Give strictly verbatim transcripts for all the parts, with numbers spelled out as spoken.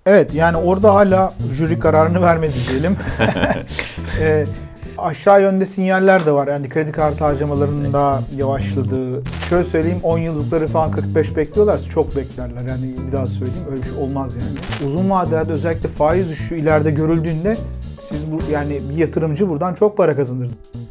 Evet, yani orada hala jüri kararını vermedi diyelim. e, aşağı yönde sinyaller de var. Yani kredi kartı harcamalarının daha yavaşladığı. Şöyle söyleyeyim, on yıllıkları falan kırk beş bekliyorlar. Çok beklerler. Yani bir daha söyleyeyim, öyle bir şey olmaz yani. Uzun vadelerde özellikle faiz düşüşü ileride görüldüğünde siz bu, yani bir yatırımcı buradan çok para kazanır.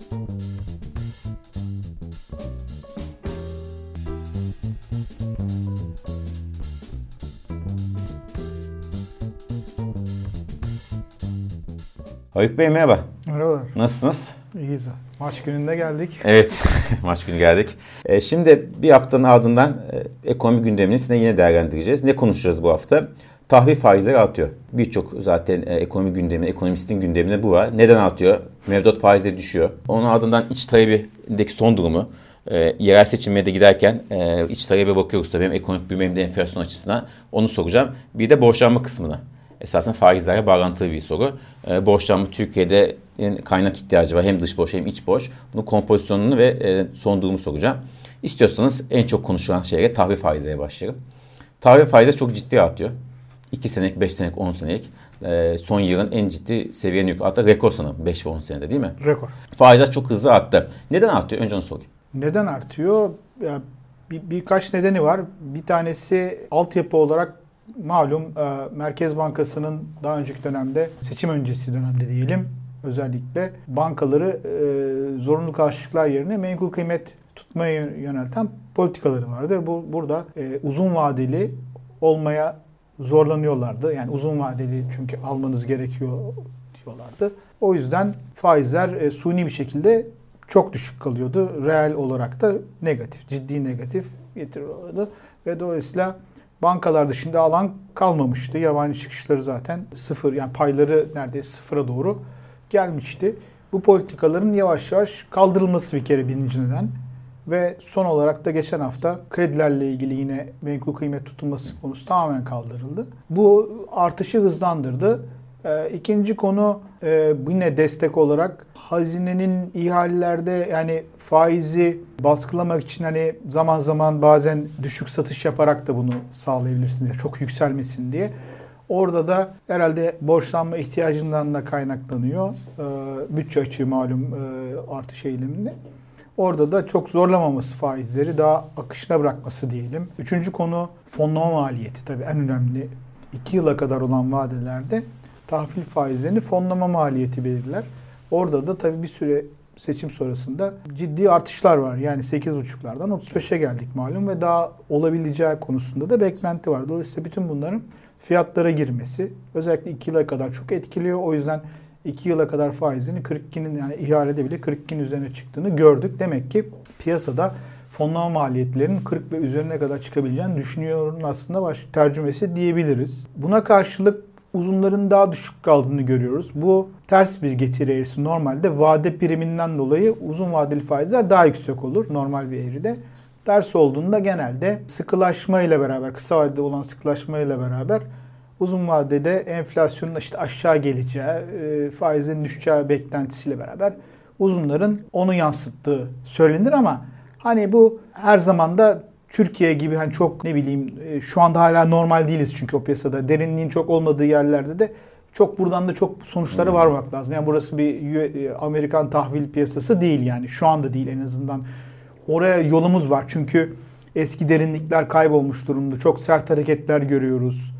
Haluk Bey merhaba. Merhabalar. Nasılsınız? İyiyiz. Maç gününde geldik. Evet, maç günü geldik. E, şimdi bir haftanın ardından e, ekonomi gündemini sizinle yine değerlendireceğiz. Ne konuşacağız bu hafta? Tahvil faizleri artıyor. Birçok zaten e, ekonomi gündemine, ekonomistin gündemine bu var. Neden artıyor? Mevduat faizleri düşüyor. Onun ardından iç talebindeki son durumu. E, yerel seçimlere de giderken e, iç talebe bakıyoruz tabii hem ekonomik büyüme hem de enflasyon açısından. Onu soracağım. Bir de borçlanma kısmına. Esasında faizlerle bağlantılı bir soru. E, borçlanma Türkiye'de kaynak ihtiyacı var. Hem dış borç hem iç borç. Bunun kompozisyonunu ve e, son durumu soracağım. İstiyorsanız en çok konuşulan şeye tahvil faizlere başlayalım. Tahvil faizleri çok ciddi artıyor. iki senelik, beş senelik, on senelik. E, son yılın en ciddi seviyeni yukarı. Hatta rekor sanırım beş ve on senede değil mi? Rekor. Faizler çok hızlı arttı. Neden artıyor? Önce onu sorayım. Neden artıyor? Ya, bir, birkaç nedeni var. Bir tanesi altyapı olarak malum e, Merkez Bankası'nın daha önceki dönemde, seçim öncesi dönemde diyelim, özellikle bankaları e, zorunlu karşılıklar yerine menkul kıymet tutmaya yönelten politikaları vardı. Bu burada e, uzun vadeli olmaya zorlanıyorlardı. Yani uzun vadeli çünkü almanız gerekiyor diyorlardı. O yüzden faizler e, suni bir şekilde çok düşük kalıyordu. Reel olarak da negatif, ciddi negatif getiriyorlardı ve dolayısıyla bankalar dışında alan kalmamıştı. Yabancı çıkışları zaten sıfır, yani payları neredeyse sıfıra doğru gelmişti. Bu politikaların yavaş yavaş kaldırılması bir kere birinci neden. Ve son olarak da geçen hafta kredilerle ilgili yine menkul kıymet tutulması konusu tamamen kaldırıldı. Bu artışı hızlandırdı. Ee, ikinci konu e, yine destek olarak hazinenin ihalelerde yani faizi baskılamak için hani zaman zaman bazen düşük satış yaparak da bunu sağlayabilirsiniz. Yani çok yükselmesin diye. Orada da herhalde borçlanma ihtiyacından da kaynaklanıyor. Ee, bütçe açığı malum e, artış eğiliminde. Orada da çok zorlamaması faizleri, daha akışına bırakması diyelim. Üçüncü konu fonlama maliyeti. Tabii en önemli iki yıla kadar olan vadelerde tahvil faizlerini fonlama maliyeti belirler. Orada da tabii bir süre seçim sonrasında ciddi artışlar var. Yani sekiz buçuklardan otuz beşe geldik malum ve daha olabileceği konusunda da beklenti var. Dolayısıyla bütün bunların fiyatlara girmesi özellikle iki yıla kadar çok etkiliyor. O yüzden iki yıla kadar faizinin kırk ikinin yani ihalede bile kırk ikinin üzerine çıktığını gördük. Demek ki piyasada fonlama maliyetlerinin kırk ve üzerine kadar çıkabileceğini düşünüyorum aslında baş tercümesi diyebiliriz. Buna karşılık uzunların daha düşük kaldığını görüyoruz. Bu ters bir getiri eğrisi. Normalde vade priminden dolayı uzun vadeli faizler daha yüksek olur normal bir eğride. Ters olduğunda genelde sıkılaşma ile beraber, kısa vadede olan sıkılaşma ile beraber uzun vadede enflasyonun işte aşağı geleceği, faizlerin düşeceği beklentisiyle beraber uzunların onu yansıttığı söylenir ama hani bu her zaman da Türkiye gibi hani çok ne bileyim şu anda hala normal değiliz çünkü o piyasada derinliğin çok olmadığı yerlerde de çok buradan da çok sonuçlara varmak lazım. Yani burası bir Amerikan tahvil piyasası değil yani şu anda değil en azından. Oraya yolumuz var çünkü eski derinlikler kaybolmuş durumda. Çok sert hareketler görüyoruz.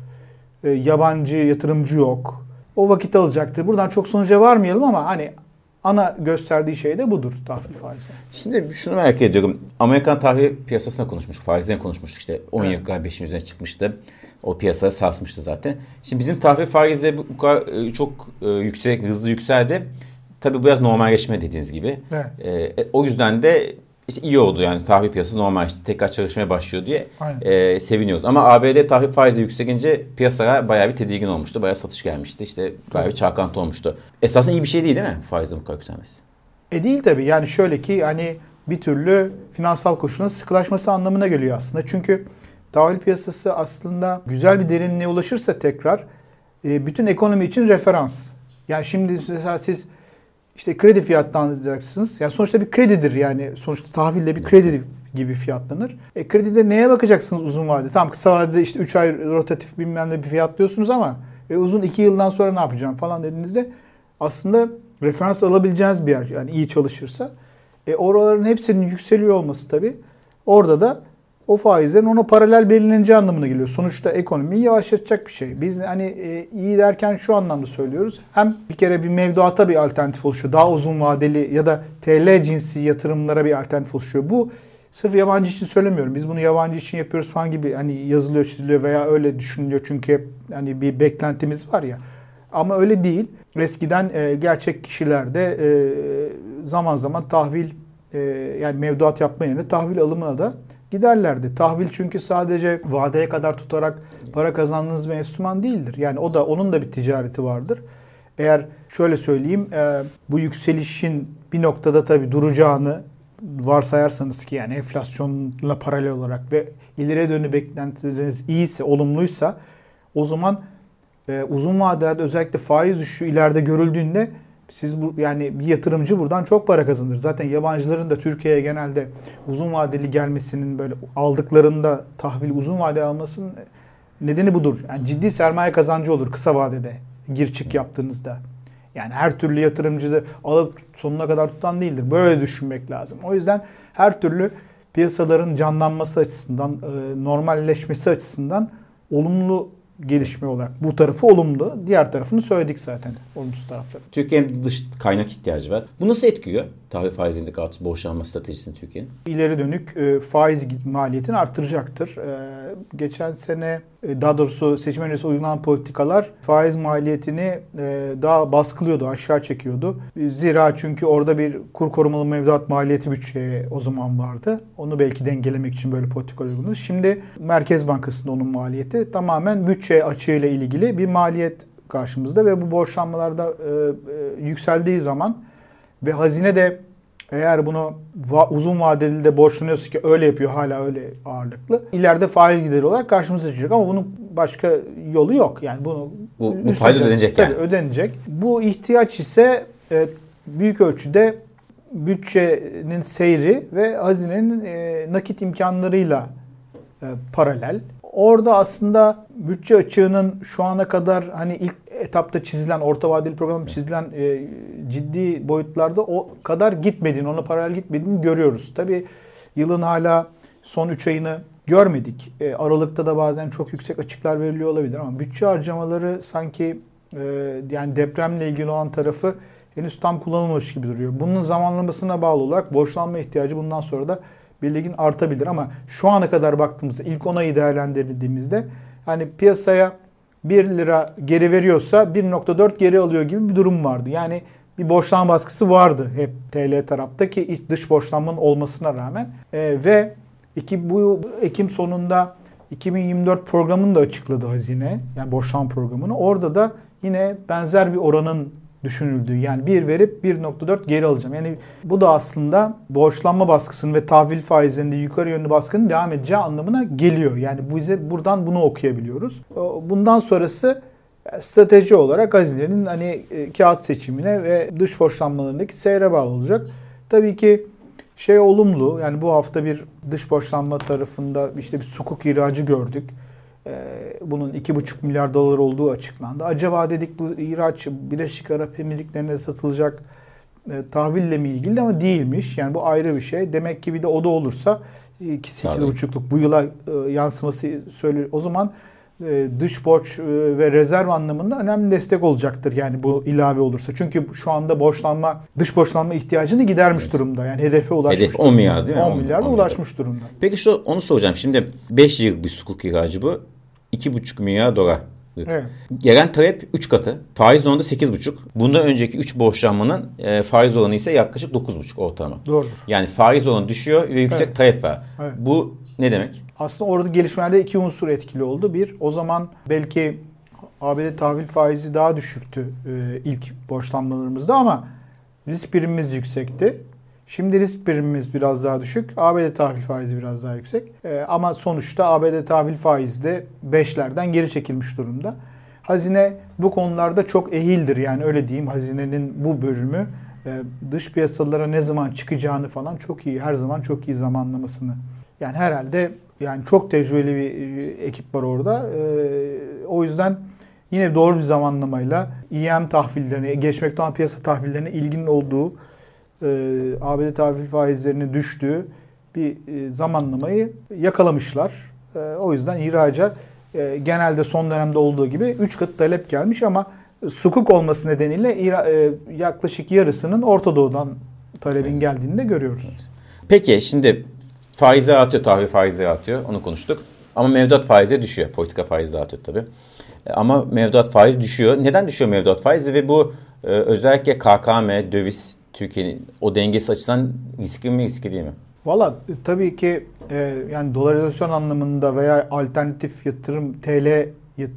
Yabancı yatırımcı yok. O vakit alacaktır. Buradan çok sonuca varmayalım ama hani ana gösterdiği şey de budur tahvil faizi. Şimdi şunu merak ediyorum. Amerikan tahvil piyasasına konuşmuştuk. Faizlerine konuşmuştuk işte. on evet. yıl galiba beşin üzerine çıkmıştı. O piyasaya sarsmıştı zaten. Şimdi bizim tahvil faizleri bu kadar çok yüksek, hızlı yükseldi. Tabii biraz normalleşme dediğiniz gibi. Evet. E, o yüzden de İşte iyi oldu yani tahvil piyasası normal işte tekrar çalışmaya başlıyor diye e, seviniyoruz. Ama A B D tahvil faizi yükselince piyasalara bayağı bir tedirgin olmuştu. Bayağı satış gelmişti. İşte bayağı bir çalkantı olmuştu. Esasında iyi bir şey değil değil mi faizin bu kadar yükselmesi? E değil tabii. Yani şöyle ki hani bir türlü finansal koşulların sıkılaşması anlamına geliyor aslında. Çünkü tahvil piyasası aslında güzel bir derinliğe ulaşırsa tekrar e, bütün ekonomi için referans. Yani şimdi mesela siz işte kredi fiyatlandıracaksınız. Yani sonuçta bir kredidir yani. Sonuçta tahvilde bir kredi gibi fiyatlanır. E kredide neye bakacaksınız uzun vadede? Tamam, kısa vadede işte üç ay rotatif bilmem ne bir fiyatlıyorsunuz ama e, uzun iki yıldan sonra ne yapacağım falan dediğinizde aslında referans alabileceğiniz bir yer. Yani iyi çalışırsa. E oraların hepsinin yükseliyor olması tabii. Orada da o faizlerin ona paralel belirleneceği anlamına geliyor. Sonuçta ekonomiyi yavaşlatacak bir şey. Biz hani e, iyi derken şu anlamda söylüyoruz. Hem bir kere bir mevduata bir alternatif oluşuyor. Daha uzun vadeli ya da T L cinsi yatırımlara bir alternatif oluşuyor. Bu sırf yabancı için söylemiyorum. Biz bunu yabancı için yapıyoruz falan gibi hani yazılıyor, çiziliyor veya öyle düşünülüyor. Çünkü hani bir beklentimiz var ya. Ama öyle değil. Eskiden e, gerçek kişilerde e, zaman zaman tahvil e, yani mevduat yapma yerine tahvil alımına da giderlerdi. Tahvil çünkü sadece vadeye kadar tutarak para kazandığınız bir enstrüman değildir. Yani o da onun da bir ticareti vardır. Eğer şöyle söyleyeyim, e, bu yükselişin bir noktada tabii duracağını varsayarsanız ki yani enflasyonla paralel olarak ve ileriye dönük beklentileriniz iyiyse, olumluysa o zaman e, uzun vadelerde özellikle faiz düşüşü ileride görüldüğünde siz bu yani bir yatırımcı buradan çok para kazanır. Zaten yabancıların da Türkiye'ye genelde uzun vadeli gelmesinin böyle aldıklarında tahvil uzun vadeli almasının nedeni budur. Yani ciddi sermaye kazancı olur kısa vadede gir çık yaptığınızda. Yani her türlü yatırımcı da alıp sonuna kadar tutan değildir. Böyle düşünmek lazım. O yüzden her türlü piyasaların canlanması açısından, normalleşmesi açısından olumlu gelişme olarak bu tarafı olumlu. Diğer tarafını söyledik zaten. Olumsuz tarafları. Türkiye'nin dış kaynak ihtiyacı var. Bu nasıl etkiliyor tahvil faizindeki artış borçlanma stratejisini Türkiye'nin? İleri dönük e, faiz maliyetini artıracaktır. E, geçen sene e, daha doğrusu seçim öncesi uygulanan politikalar faiz maliyetini e, daha baskılıyordu, aşağı çekiyordu. Zira çünkü orada bir kur korumalı mevduat maliyeti bütçeye o zaman vardı. Onu belki dengelemek için böyle politika uygulanıyor. Şimdi Merkez Bankası'nda onun maliyeti tamamen bütçe açığıyla ilgili bir maliyet karşımızda ve bu borçlanmalarda e, e, yükseldiği zaman ve hazine de eğer bunu va- uzun vadeli de borçlanıyorsa ki öyle yapıyor, hala öyle ağırlıklı. İleride faiz gideri olarak karşımıza çıkacak ama bunun başka yolu yok. Yani bunu bu, bu faiz ödenecek yani. Ödenecek. Bu ihtiyaç ise e, büyük ölçüde bütçenin seyri ve hazinenin e, nakit imkanlarıyla e, paralel. Orada aslında bütçe açığının şu ana kadar hani ilk etapta çizilen, orta vadeli programda çizilen e, ciddi boyutlarda o kadar gitmediğini, ona paralel gitmediğini görüyoruz. Tabii yılın hala son üç ayını görmedik. E, Aralık'ta da bazen çok yüksek açıklar veriliyor olabilir ama bütçe harcamaları sanki e, yani depremle ilgili olan tarafı henüz tam kullanılmamış gibi duruyor. Bunun zamanlamasına bağlı olarak borçlanma ihtiyacı bundan sonra da belirgin artabilir ama şu ana kadar baktığımızda ilk on ayı değerlendirdiğimizde hani piyasaya bir lira geri veriyorsa bir nokta dört geri alıyor gibi bir durum vardı. Yani bir borçlanma baskısı vardı hep T L tarafta ki iç dış borçlanmanın olmasına rağmen e, ve iki, bu Ekim sonunda iki bin yirmi dört programını da açıkladı hazine, yani borçlanma programını. Orada da yine benzer bir oranın düşünüldüğü, yani bir verip bir nokta dört geri alacağım. Yani bu da aslında borçlanma baskısının ve tahvil faizlerinde yukarı yönlü baskının devam edeceği anlamına geliyor. Yani bize buradan bunu okuyabiliyoruz. Bundan sonrası strateji olarak hazinenin hani kağıt seçimine ve dış borçlanmalarındaki seyre bağlı olacak. Tabii ki şey olumlu, yani bu hafta bir dış borçlanma tarafında işte bir sukuk ihracı gördük. Bunun iki buçuk milyar dolar olduğu açıklandı. Acaba dedik bu ihraç Birleşik Arap Emirlikleri'ne satılacak e, tahville mi ilgili ama değilmiş. Yani bu ayrı bir şey. Demek ki bir de o da olursa sekiz buçukluk bu yıla e, yansıması söylüyor. O zaman e, dış borç e, ve rezerv anlamında önemli destek olacaktır. Yani bu ilave olursa. Çünkü şu anda borçlanma, dış borçlanma ihtiyacını gidermiş evet. durumda. Yani hedefe ulaşmış. Hedef on milyar değil mi? on milyarda ulaşmış durumda. Peki şu onu soracağım. Şimdi beş yıllık bir sukuk ihracı bu. iki buçuk milyar dolar. Evet. Gelen talep üç katı. Faiz oranı da sekiz buçuk. Bundan önceki üç borçlanmanın e, faiz oranı ise yaklaşık dokuz buçuk ortalama. Doğrudur. Yani faiz oranı düşüyor ve yüksek evet. talep var. Evet. Bu ne demek? Aslında orada gelişmelerde iki unsur etkili oldu. Bir, o zaman belki A B D tahvil faizi daha düşüktü e, ilk borçlanmalarımızda ama risk primimiz yüksekti. Şimdi risk primimiz biraz daha düşük. A B D tahvil faizi biraz daha yüksek. Ee, ama sonuçta A B D tahvil faizi de beşlerden geri çekilmiş durumda. Hazine bu konularda çok ehildir. Yani öyle diyeyim, hazinenin bu bölümü e, dış piyasalara ne zaman çıkacağını falan çok iyi, her zaman çok iyi zamanlamasını. Yani herhalde yani çok tecrübeli bir e, ekip var orada. E, o yüzden yine doğru bir zamanlamayla E M tahvillerine, geçmekte olan piyasa tahvillerine ilginin olduğu, e, A B D tahvil faizlerinin düştüğü bir e, zamanlamayı yakalamışlar. E, o yüzden ihraca e, genelde son dönemde olduğu gibi üç kat talep gelmiş ama sukuk olması nedeniyle e, yaklaşık yarısının Orta Doğu'dan talebin geldiğini de görüyoruz. Peki şimdi faizler artıyor, tahvil faizleri artıyor. Onu konuştuk. Ama mevduat faizi düşüyor. Politika faizi de artıyor tabii. Ama mevduat faizi düşüyor. Neden düşüyor mevduat faizi ve bu e, özellikle K K M, döviz, Türkiye'nin o dengesi açısından riskli mi, riskli değil mi? Valla e, tabii ki e, yani dolarizasyon anlamında veya alternatif yatırım, T L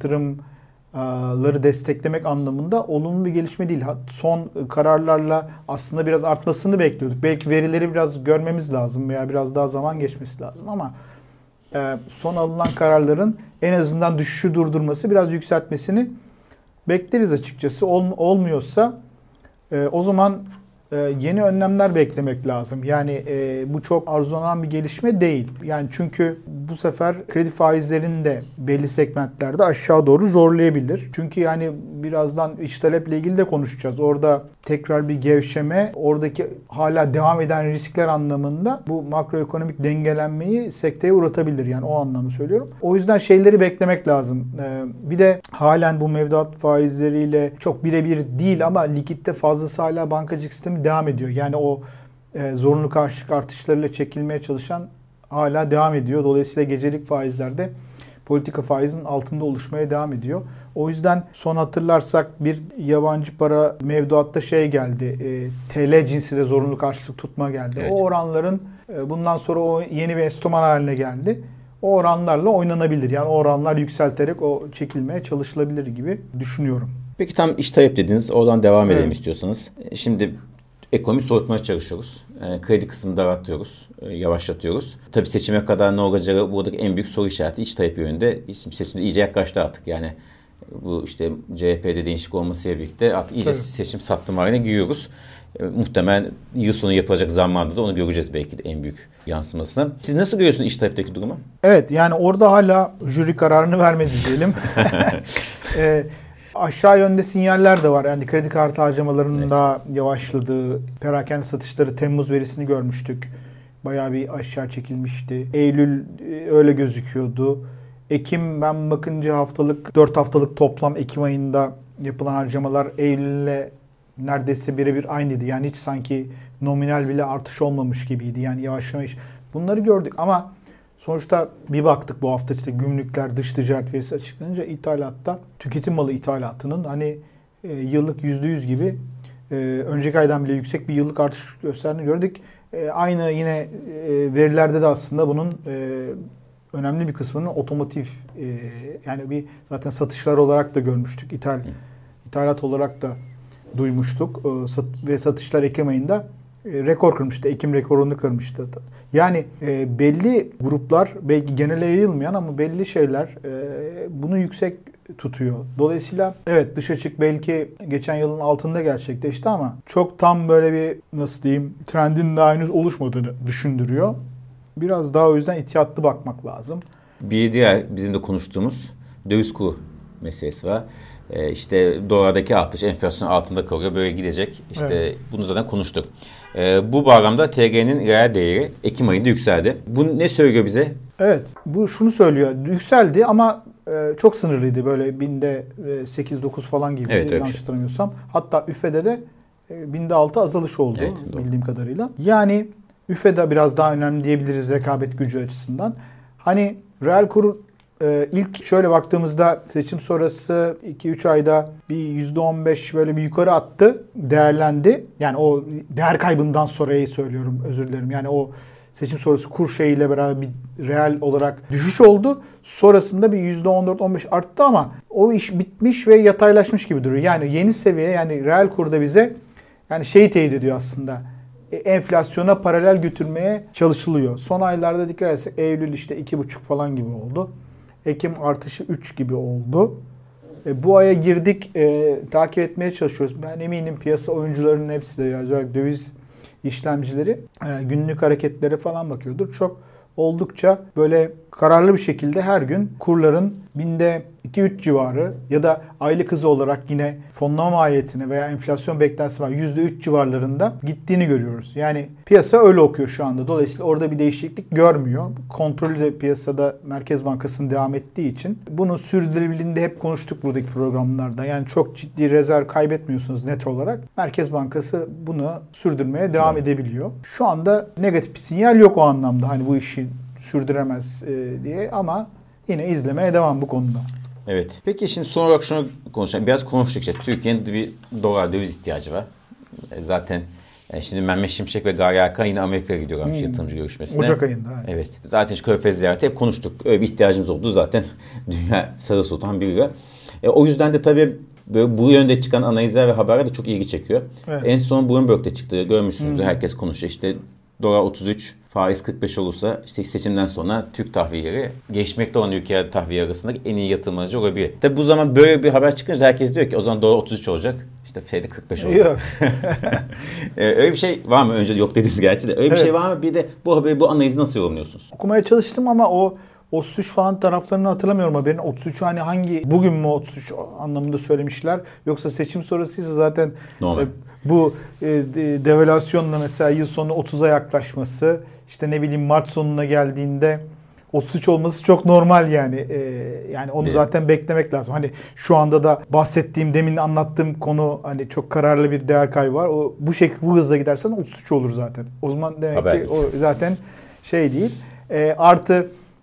yatırımları desteklemek anlamında olumlu bir gelişme değil. Son kararlarla aslında biraz artmasını bekliyorduk. Belki verileri biraz görmemiz lazım veya biraz daha zaman geçmesi lazım ama son alınan kararların en azından düşüşü durdurması, biraz yükseltmesini bekleriz açıkçası. Ol, olmuyorsa o zaman yeni önlemler beklemek lazım. Yani bu çok arzulanan bir gelişme değil. Yani çünkü bu sefer kredi faizlerini de belli segmentlerde aşağı doğru zorlayabilir. Çünkü yani birazdan iç taleple ilgili de konuşacağız. Orada tekrar bir gevşeme, oradaki hala devam eden riskler anlamında bu makroekonomik dengelenmeyi sekteye uğratabilir. Yani o anlamda söylüyorum. O yüzden şeyleri beklemek lazım. Bir de halen bu mevduat faizleriyle çok birebir değil ama likitte fazlası hala bankacılık sistemi devam ediyor. Yani o e, zorunlu karşılık artışlarıyla çekilmeye çalışan hala devam ediyor. Dolayısıyla gecelik faizlerde politika faizinin altında oluşmaya devam ediyor. O yüzden son hatırlarsak bir yabancı para mevduatta şey geldi. E, T L cinsi de zorunlu karşılık tutma geldi. Evet. O oranların e, bundan sonra o yeni bir enstrüman haline geldi. O oranlarla oynanabilir. Yani o oranlar yükselterek o çekilmeye çalışılabilir gibi düşünüyorum. Peki tam iş talep dediniz. Oradan devam edelim evet. istiyorsanız. Şimdi ekonomi soğutmaya çalışıyoruz. E, kredi kısmını daraltıyoruz. E, yavaşlatıyoruz. Tabii seçime kadar ne olacağı buradaki en büyük soru işareti iç talep yönünde. Şimdi seçimde iyice yaklaştı artık. Yani bu işte C H P'de değişik olmasıyla birlikte artık iyice Tabii. seçim sattım haline giriyoruz. E, muhtemelen yıl sonu yapılacak zamanda da onu göreceğiz belki de en büyük yansımasını. Siz nasıl görüyorsunuz iç talepteki durumu? Evet yani orada hala jüri kararını vermedi diyelim. e, Aşağı yönde sinyaller de var. Yani kredi kartı harcamalarının evet. da yavaşladığı, perakende satışları Temmuz verisini görmüştük. Bayağı bir aşağı çekilmişti. Eylül öyle gözüküyordu. Ekim ben bakınca haftalık, dört haftalık toplam Ekim ayında yapılan harcamalar Eylül'le neredeyse birebir aynıydı. Yani hiç sanki nominal bile artış olmamış gibiydi. Yani yavaşlamış. Bunları gördük ama sonuçta bir baktık bu hafta işte gümrükler, dış ticaret verisi açıklanınca ithalatta, tüketim malı ithalatının hani e, yıllık yüzde yüz gibi e, önceki aydan bile yüksek bir yıllık artış gösterdiğini gördük. E, aynı yine e, verilerde de aslında bunun e, önemli bir kısmının otomotiv e, yani bir zaten satışlar olarak da görmüştük. İthal, ithalat olarak da duymuştuk. E, sat, ve satışlar Ekim ayında rekor kırmıştı. Ekim rekorunu kırmıştı. Yani e, belli gruplar belki genele yayılmayan ama belli şeyler e, bunu yüksek tutuyor. Dolayısıyla evet dış açık belki geçen yılın altında gerçekleşti ama çok tam böyle bir nasıl diyeyim trendin daha henüz oluşmadığını düşündürüyor. Biraz daha o yüzden ihtiyatlı bakmak lazım. Bir diğer bizim de konuştuğumuz döviz kuru meselesi var. Ee, işte dolardaki artış enflasyon altında kalıyor. Böyle gidecek. İşte evet. bunu zaten konuştuk. Ee, bu bağlamda T G'nin reel değeri Ekim ayında yükseldi. Bu ne söylüyor bize? Evet. Bu şunu söylüyor. Yükseldi ama e, çok sınırlıydı. Böyle binde sekiz dokuz falan gibi. Evet, yanlış şey. hatırlamıyorsam. Hatta Ü F E'de de e, binde altı azalış oldu. Evet, bildiğim kadarıyla. Yani Ü F E'de biraz daha önemli diyebiliriz rekabet gücü açısından. Hani reel kur Ee, ilk şöyle baktığımızda seçim sonrası iki üç ayda bir yüzde on beş böyle bir yukarı attı, değerlendi. Yani o değer kaybından sonrayı söylüyorum, özür dilerim. Yani o seçim sonrası kur şeyiyle beraber bir reel olarak düşüş oldu. Sonrasında bir yüzde on dört on beş arttı ama o iş bitmiş ve yataylaşmış gibi duruyor. Yani yeni seviye yani reel kurda bize yani şeyi teyit ediyor aslında. Enflasyona paralel götürmeye çalışılıyor. Son aylarda dikkat etsek Eylül işte iki buçuk falan gibi oldu. Ekim artışı üç gibi oldu. E, bu aya girdik, e, takip etmeye çalışıyoruz. Ben eminim piyasa oyuncularının hepsi de, özellikle döviz işlemcileri e, günlük hareketlere falan bakıyordur. Çok oldukça böyle kararlı bir şekilde her gün kurların binde iki üç civarı ya da aylık hızı olarak yine fonlama maliyetine veya enflasyon beklentisi var yüzde üç civarlarında gittiğini görüyoruz. Yani piyasa öyle okuyor şu anda. Dolayısıyla orada bir değişiklik görmüyor. Kontrolü de piyasada Merkez Bankası'nın devam ettiği için bunu sürdürülebilirliğinde hep konuştuk buradaki programlarda. Yani çok ciddi rezerv kaybetmiyorsunuz net olarak. Merkez Bankası bunu sürdürmeye devam evet. edebiliyor. Şu anda negatif bir sinyal yok o anlamda. Hani bu işi sürdüremez e, diye, ama yine izlemeye devam bu konuda. Evet. Peki şimdi son olarak şunu konuşalım. Biraz konuştuk işte. Türkiye'nin bir dolar döviz ihtiyacı var. E, zaten e, şimdi Mehmet Şimşek ve Gaye Erkan yine Amerika'ya gidiyorlarmış hmm. yatırımcı görüşmesine. Ocak ayında. Evet. evet. Zaten şu Körfez ziyareti hep konuştuk. Öyle bir ihtiyacımız oldu zaten. Dünya sarı sultan biriyle. E, o yüzden de tabii böyle bu yönde çıkan analizler ve haberler de çok ilgi çekiyor. Evet. En son Bloomberg'de çıktı. Görmüşsünüzdür. Hmm. Herkes konuşuyor. İşte dolar otuz üç, faiz kırk beş olursa işte seçimden sonra Türk tahvilleri geçmekte olan ülkeler tahvili arasındaki en iyi yatırım aracı olabilir. Tabi bu zaman böyle bir haber çıkınca herkes diyor ki o zaman dolar otuz üç olacak. İşte şeyde kırk beş olacak. Yok. Öyle bir şey var mı? Önce yok dediniz gerçi de. Öyle evet. bir şey var mı? Bir de bu haberi, bu analizi nasıl yorumluyorsunuz? Okumaya çalıştım ama o otuz üç falan taraflarını hatırlamıyorum haberin. otuz üç hani hangi, bugün mü otuz üç anlamında söylemişler, yoksa seçim sonrasıysa zaten e, bu e, de, devalüasyonla mesela yıl sonu otuza yaklaşması, işte ne bileyim Mart sonuna geldiğinde otuz üç olması çok normal yani. E, yani onu evet. zaten beklemek lazım. Hani şu anda da bahsettiğim, demin anlattığım konu, hani çok kararlı bir değer kaybı var. O bu şekilde, bu hızla gidersen otuz üç olur zaten. O zaman demek Haber ki değil. O zaten şey değil. E, artı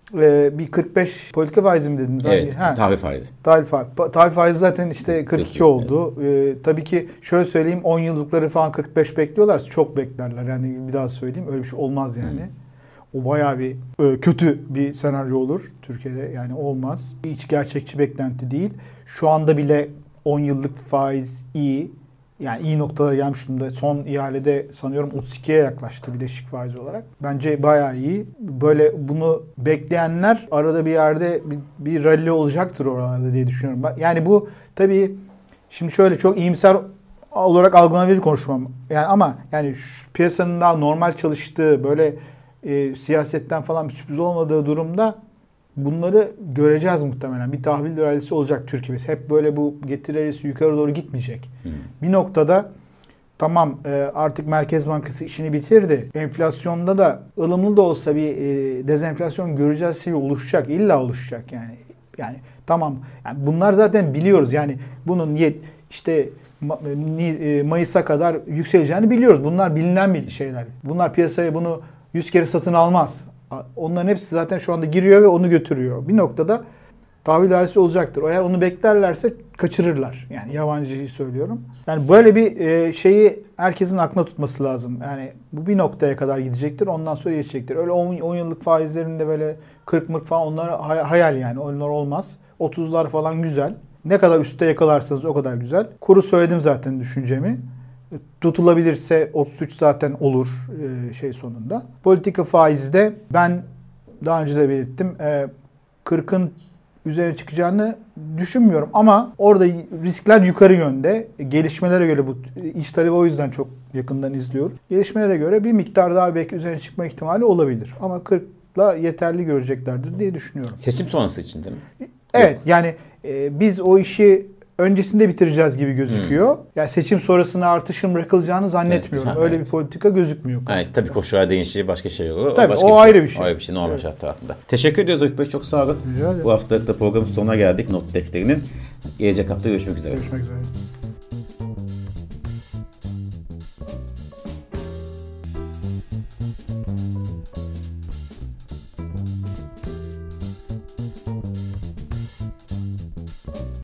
bir kırk beş politika faizi mi dediniz? Evet, ha, tahvil faizi. Tahvil faizi. Tahvil faizi zaten işte kırk iki oldu. Evet. Ee, tabii ki şöyle söyleyeyim, on yıllıkları falan kırk beş bekliyorlar. Çok beklerler. Yani bir daha söyleyeyim, öyle bir şey olmaz yani. Hmm. O bayağı bir e, kötü bir senaryo olur Türkiye'de. Yani olmaz. Hiç gerçekçi beklenti değil. Şu anda bile on yıllık faiz iyi. Yani iyi noktalara gelmiş durumda. Son ihalede sanıyorum otuz ikiye yaklaştı bileşik faiz olarak. Bence bayağı iyi. Böyle bunu bekleyenler arada bir yerde bir, bir rally olacaktır oralarda diye düşünüyorum. Yani bu tabii şimdi şöyle çok iyimser olarak algılanabilir konuşmam. Yani ama yani şu piyasanın daha normal çalıştığı, böyle e, siyasetten falan bir sürpriz olmadığı durumda bunları göreceğiz muhtemelen. Bir tahvil rallisi olacak Türkiye'de. Hep böyle bu getiri rallisi yukarı doğru gitmeyecek. Hmm. Bir noktada tamam artık Merkez Bankası işini bitirdi. Enflasyonda da ılımlı da olsa bir dezenflasyon göreceğiz, şey oluşacak. İlla oluşacak yani. Yani tamam. Yani bunlar zaten biliyoruz. Yani bunun işte Mayıs'a kadar yükseleceğini biliyoruz. Bunlar bilinen şeyler. Bunlar piyasaya bunu yüz kere satın almaz. Onların hepsi zaten şu anda giriyor ve onu götürüyor. Bir noktada tahvil rallisi olacaktır. Eğer onu beklerlerse kaçırırlar. Yani yabancıyı söylüyorum. Yani böyle bir şeyi herkesin aklına tutması lazım. Yani bu bir noktaya kadar gidecektir. Ondan sonra geçecektir. Öyle on yıllık faizlerinde böyle kırk mırk falan, onlar hayal yani. Onlar olmaz. otuzlar falan güzel. Ne kadar üstte yakalarsanız o kadar güzel. Kuru söyledim zaten düşüncemi. Tutulabilirse otuz üç zaten olur şey sonunda. Politika faizde ben daha önce de belirttim, kırkın üzerine çıkacağını düşünmüyorum ama orada riskler yukarı yönde. Gelişmelere göre, bu iş talebi o yüzden çok yakından izliyoruz. Gelişmelere göre bir miktar daha belki üzerine çıkma ihtimali olabilir. Ama kırkla yeterli göreceklerdir diye düşünüyorum. Seçim sonrası için değil mi? Evet. Yok. Yani e, biz o işi öncesinde bitireceğiz gibi gözüküyor. Hmm. Yani seçim sonrasına artışın bırakılacağını zannetmiyorum. Evet, öyle evet. bir politika gözükmüyor. Evet, tabii koşullar değişir, başka şey olur. Tabii, o, o bir ayrı şey. bir şey. O ayrı bir şey, normal evet. şartlar altında. Teşekkür ediyoruz Öykü Bey, çok sağ olun. Bu hafta da programın sonuna geldik, not defterinin. Gelecek hafta görüşmek üzere. Görüşmek üzere.